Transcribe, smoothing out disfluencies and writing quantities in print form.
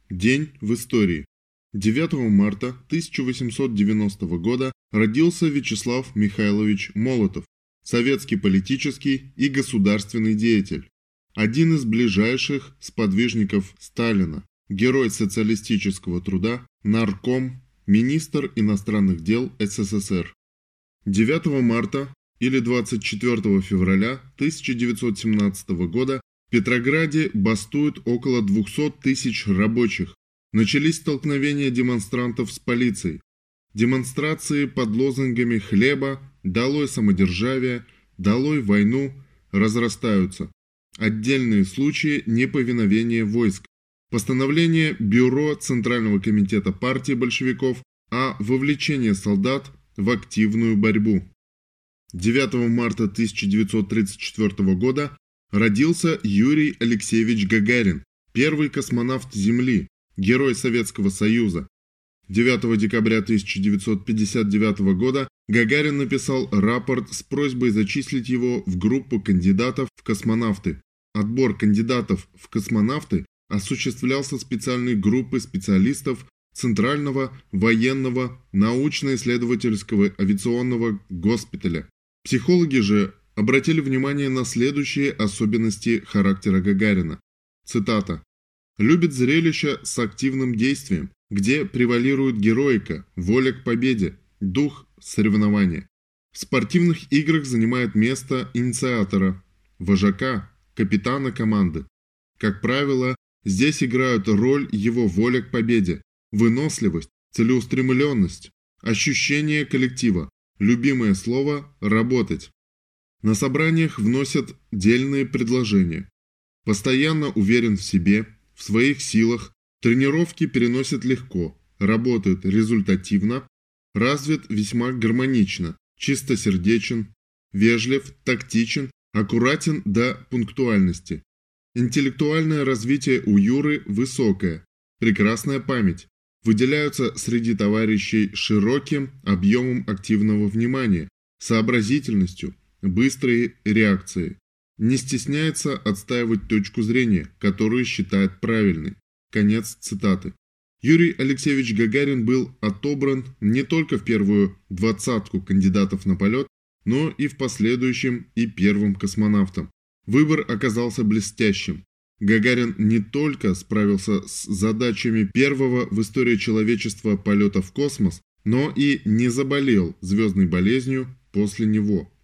День в истории. 9 марта 1890 года родился Вячеслав Михайлович Молотов, советский политический и государственный деятель, один из ближайших сподвижников Сталина, герой социалистического труда, нарком, министр иностранных дел СССР. 9 марта или 24 февраля 1917 года в Петрограде бастуют около 200 тысяч рабочих. Начались столкновения демонстрантов с полицией. Демонстрации под лозунгами «Хлеба», «Долой самодержавие», «Долой войну» разрастаются. Отдельные случаи неповиновения войск. Постановление Бюро Центрального комитета партии большевиков о вовлечении солдат в активную борьбу. 9 марта 1934 года родился Юрий Алексеевич Гагарин, первый космонавт Земли, герой Советского Союза. 9 декабря 1959 года Гагарин написал рапорт с просьбой зачислить его в группу кандидатов в космонавты. Отбор кандидатов в космонавты осуществлялся специальной группой специалистов Центрального военного научно-исследовательского авиационного госпиталя. Психологи же обратили внимание на следующие особенности характера Гагарина. Цитата. «Любит зрелища с активным действием, где превалирует героика, воля к победе, дух соревнования. В спортивных играх занимает место инициатора, вожака, капитана команды. Как правило, здесь играют роль его воля к победе, выносливость, целеустремленность, ощущение коллектива, любимое слово «работать». На собраниях вносят дельные предложения. Постоянно уверен в себе, в своих силах, тренировки переносит легко, работает результативно, развит весьма гармонично, чистосердечен, вежлив, тактичен, аккуратен до пунктуальности. Интеллектуальное развитие у Юры высокое, прекрасная память. Выделяются среди товарищей широким объемом активного внимания, сообразительностью, быстрой реакцией. Не стесняется отстаивать точку зрения, которую считает правильной. Конец цитаты. Юрий Алексеевич Гагарин был отобран не только в первую двадцатку кандидатов на полет, но и в последующем и первым космонавтом. Выбор оказался блестящим. Гагарин не только справился с задачами первого в истории человечества полета в космос, но и не заболел звездной болезнью после него.